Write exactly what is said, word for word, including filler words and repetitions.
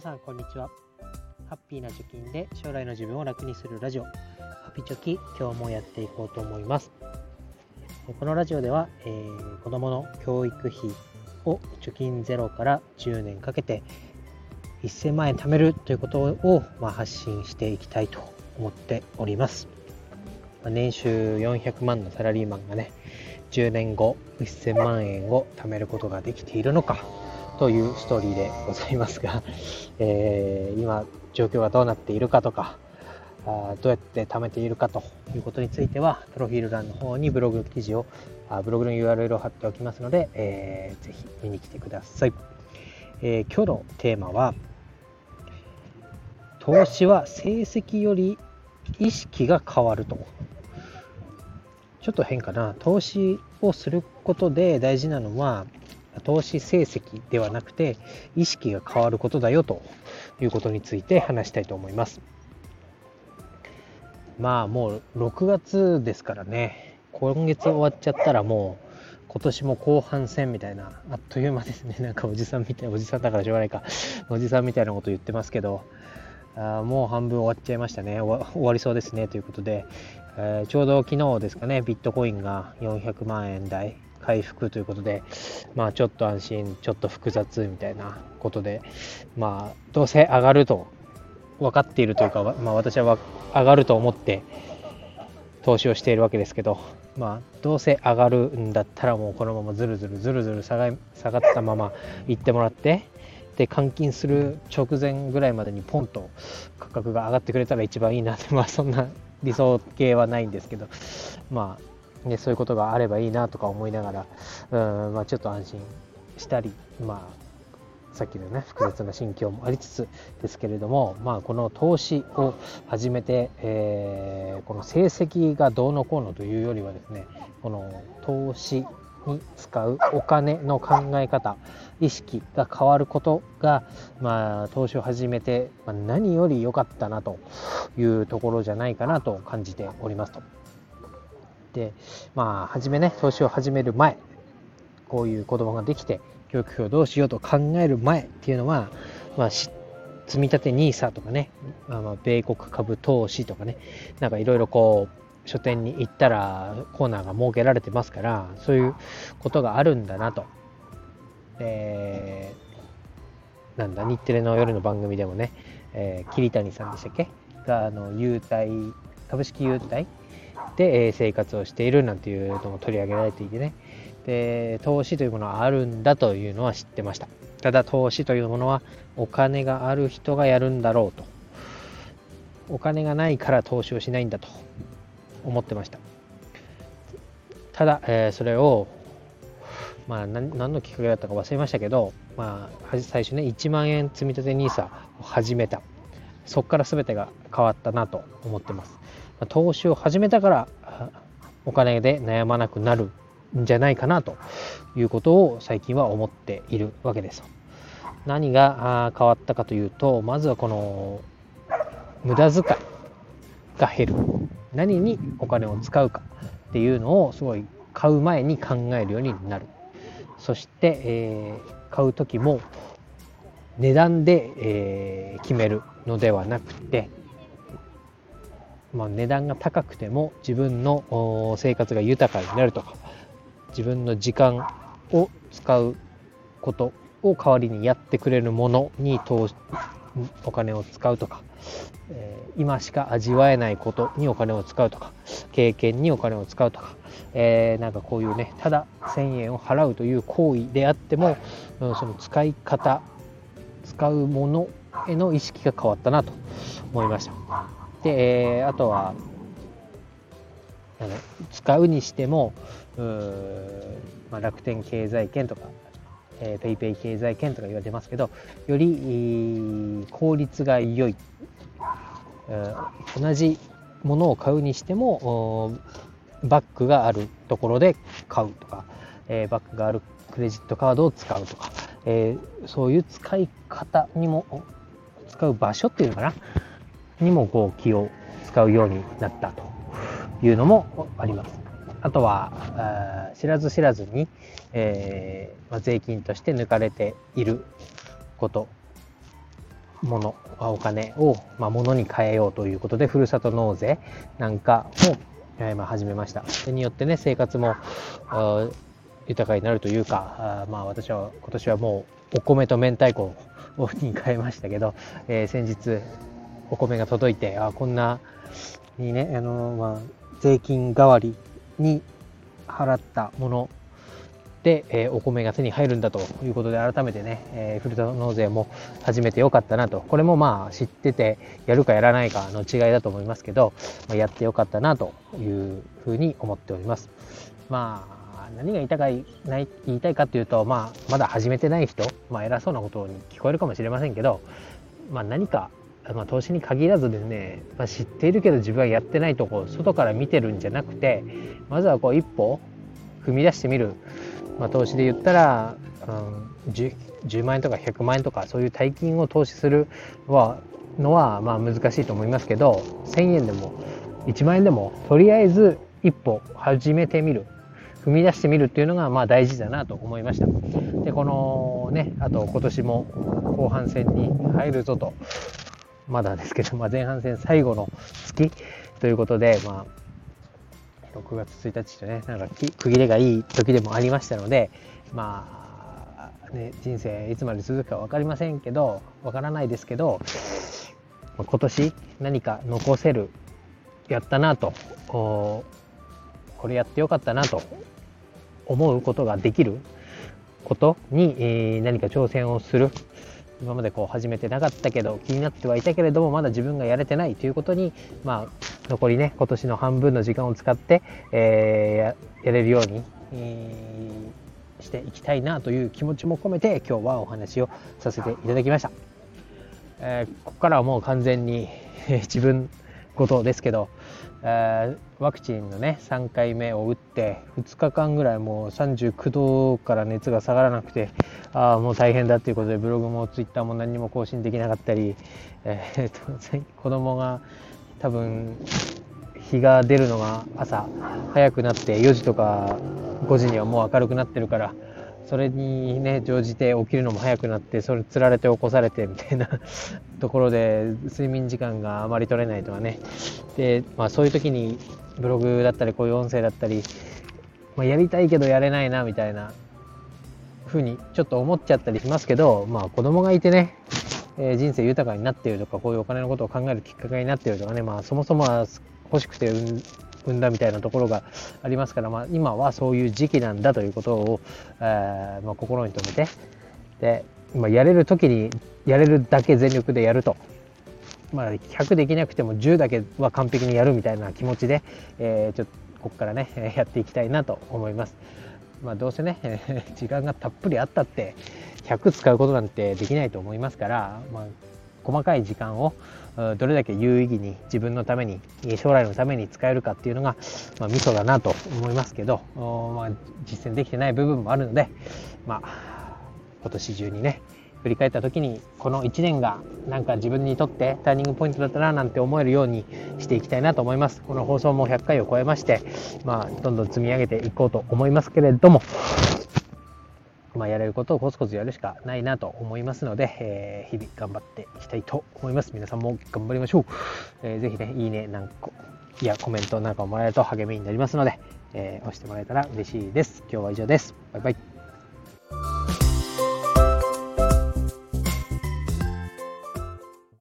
さんこんにちは。ハッピーな貯金で将来の自分を楽にするラジオ、ハピチョキ、今日もやっていこうと思います。このラジオでは、えー、子どもの教育費を貯金ゼロからじゅうねんかけてせんまんえん貯めるということを、まあ、発信していきたいと思っております。年収よんひゃくまんのサラリーマンがね、じゅうねんごせんまんえんを貯めることができているのかというストーリーでございますが、えー、今状況がどうなっているかとか、あどうやって貯めているかということについては、プロフィール欄の方にブログ記事をあブログの ユーアールエル を貼っておきますので、えー、ぜひ見に来てください。えー、今日のテーマは、投資は成績より意識が変わると。ちょっと変かな。投資をすることで大事なのは投資成績ではなくて意識が変わることだよということについて話したいと思います。まあもうろくがつですからね、今月終わっちゃったらもう今年も後半戦みたいな、あっという間ですね。なんかおじさんみたい、おじさんだからしょうがないか、おじさんみたいなこと言ってますけど、あもう半分終わっちゃいましたね。終わ、終わりそうですねということで、えー、ちょうど昨日ですかね、ビットコインがよんひゃくまんえん台回復ということで、まあちょっと安心、ちょっと複雑みたいなことで、まあどうせ上がると分かっているというか、まあ私は上がると思って投資をしているわけですけど、まあどうせ上がるんだったらもうこのままずるずるずるずる下が、下がったまま行ってもらって、で換金する直前ぐらいまでにポンと価格が上がってくれたら一番いいなって、まあそんな理想系はないんですけど、まあね、そういうことがあればいいなとか思いながら、うん、まあちょっと安心したり、まあさっきのね複雑な心境もありつつですけれども、まあこの投資を始めて、えー、この成績がどうのこうのというよりはですね、この投資に使うお金の考え方、意識が変わることが、まあ、投資を始めて、まあ、何より良かったなというところじゃないかなと感じておりますと。で、まあ、初めね、投資を始める前、こういう子供ができて、教育費をどうしようと考える前っていうのは、まあ、積立 ニーサ とかね、まあ、米国株投資とかね、なんかいろいろこう、書店に行ったらコーナーが設けられてますから、そういうことがあるんだなと。えー、なんだ日テレの夜の番組でもね、えー、桐谷さんでしたっけがあの優待株式優待で、えー、生活をしているなんていうのも取り上げられていてね、で投資というものはあるんだというのは知ってました。ただ投資というものはお金がある人がやるんだろうと、お金がないから投資をしないんだと思ってました。ただ、えー、それをまあ何、何のきっかけだったか忘れましたけど、まあ、最初ねいちまんえん積立 ニーサ を始めた、そこから全てが変わったなと思ってます。投資を始めたからお金で悩まなくなるんじゃないかなということを最近は思っているわけです。何が変わったかというと、まずはこの無駄遣いが減る、何にお金を使うかっていうのをすごい買う前に考えるようになる。そして、えー、買う時も値段で、えー、決めるのではなくて、まあ、値段が高くても自分の生活が豊かになるとか、自分の時間を使うことを代わりにやってくれるものに投資お金を使うとか、えー、今しか味わえないことにお金を使うとか、経験にお金を使うとか、えー、なんかこういうね、ただせんえんを払うという行為であっても、その使い方、使うものへの意識が変わったなと思いました。で、えー、あとは使うにしても、うー、まあ、楽天経済圏とかえー、ペイペイ経済圏とか言われてますけど、より効率が良い、えー、同じものを買うにしてもバックがあるところで買うとか、えー、バックがあるクレジットカードを使うとか、えー、そういう使い方にも、使う場所っていうのかなにもこう気を使うようになったというのもあります。あとは知らず知らずに、えーまあ、税金として抜かれていることもの、お金を、まあ、物に変えようということで、ふるさと納税なんかを、えーまあ、始めました。それによってね、生活も豊かになるというか、あまあ私は今年はもうお米と明太子に変えましたけど、えー、先日お米が届いて、あこんなにね、あのまあ、税金代わりに払ったもので、えー、お米が手に入るんだということで、改めてね、えー、ふるさと納税も始めてよかったなと。これもまあ知っててやるかやらないかの違いだと思いますけど、まあ、やってよかったなというふうに思っております。まあ何が言いたいない言いたいかというと、まあ、まだ始めてない人、まあ、偉そうなことに聞こえるかもしれませんけど、まあ、何か、まあ、投資に限らずですね、まあ、知っているけど自分はやってないとこ外から見てるんじゃなくて、まずはこう一歩踏み出してみる。まあ、投資で言ったら、うん、10, じゅうまん円とかひゃくまん円とかそういう大金を投資するはのはまあ難しいと思いますけど、せんえんでもいちまん円でもとりあえず一歩始めてみる、踏み出してみるっていうのがまあ大事だなと思いました。でこのね、あと今年も後半戦に入るぞと、まだですけど、まあ、前半戦最後の月ということで、まあろくがつついたちとね、なんか区切れがいい時でもありましたので、まあね、人生いつまで続くか分かりませんけど、分からないですけど、今年何か残せる、やったなと、これやってよかったなと思うことができることに、えー、何か挑戦をする。今までこう始めてなかったけど気になってはいたけれどもまだ自分がやれてないということに、まあ、残りね今年の半分の時間を使って、えー、やれるように、えー、していきたいなという気持ちも込めて今日はお話をさせていただきました。えー、ここからはもう完全に自分事ですけど、えー、ワクチンのねさんかいめを打ってふつかかんぐらいもうさんじゅうきゅうどから熱が下がらなくて、あもう大変だということでブログもツイッターも何も更新できなかったり、えー、と子供が多分日が出るのが朝早くなってよじとかごじにはもう明るくなってるから、それにね乗じて起きるのも早くなって、それつられて起こされてみたいなところで睡眠時間があまり取れないとかね。で、まあ、そういう時にブログだったりこういう音声だったり、まあ、やりたいけどやれないなみたいな風にちょっと思っちゃったりしますけど、まあ子供がいてね、えー、人生豊かになっているとか、こういうお金のことを考えるきっかけになっているとかね、まあそもそもは欲しくて産んだみたいなところがありますから、まあ、今はそういう時期なんだということを、えーまあ、心に留めて、で、まあ、やれる時にやれるだけ全力でやると、まあ、ひゃくできなくてもじゅうだけは完璧にやるみたいな気持ちで、えー、ちょっとここからねやっていきたいなと思います。まあ、どうせね時間がたっぷりあったってひゃく使うことなんてできないと思いますから、まあ、細かい時間をどれだけ有意義に自分のために将来のために使えるかっていうのが、まあ、ミソだなと思いますけど、まあ、実践できてない部分もあるので、まあ、今年中にね振り返った時にこのいちねんがなんか自分にとってターニングポイントだったななんて思えるようにしていきたいなと思います。この放送もひゃっかいを超えまして、まあ、どんどん積み上げていこうと思いますけれども、まあ、やれることをコツコツやるしかないなと思いますので、えー、日々頑張っていきたいと思います。皆さんも頑張りましょう。えー、ぜひね、いいね、なんかいやコメントなんかをもらえると励みになりますので、えー、押してもらえたら嬉しいです。今日は以上です。バイバイ。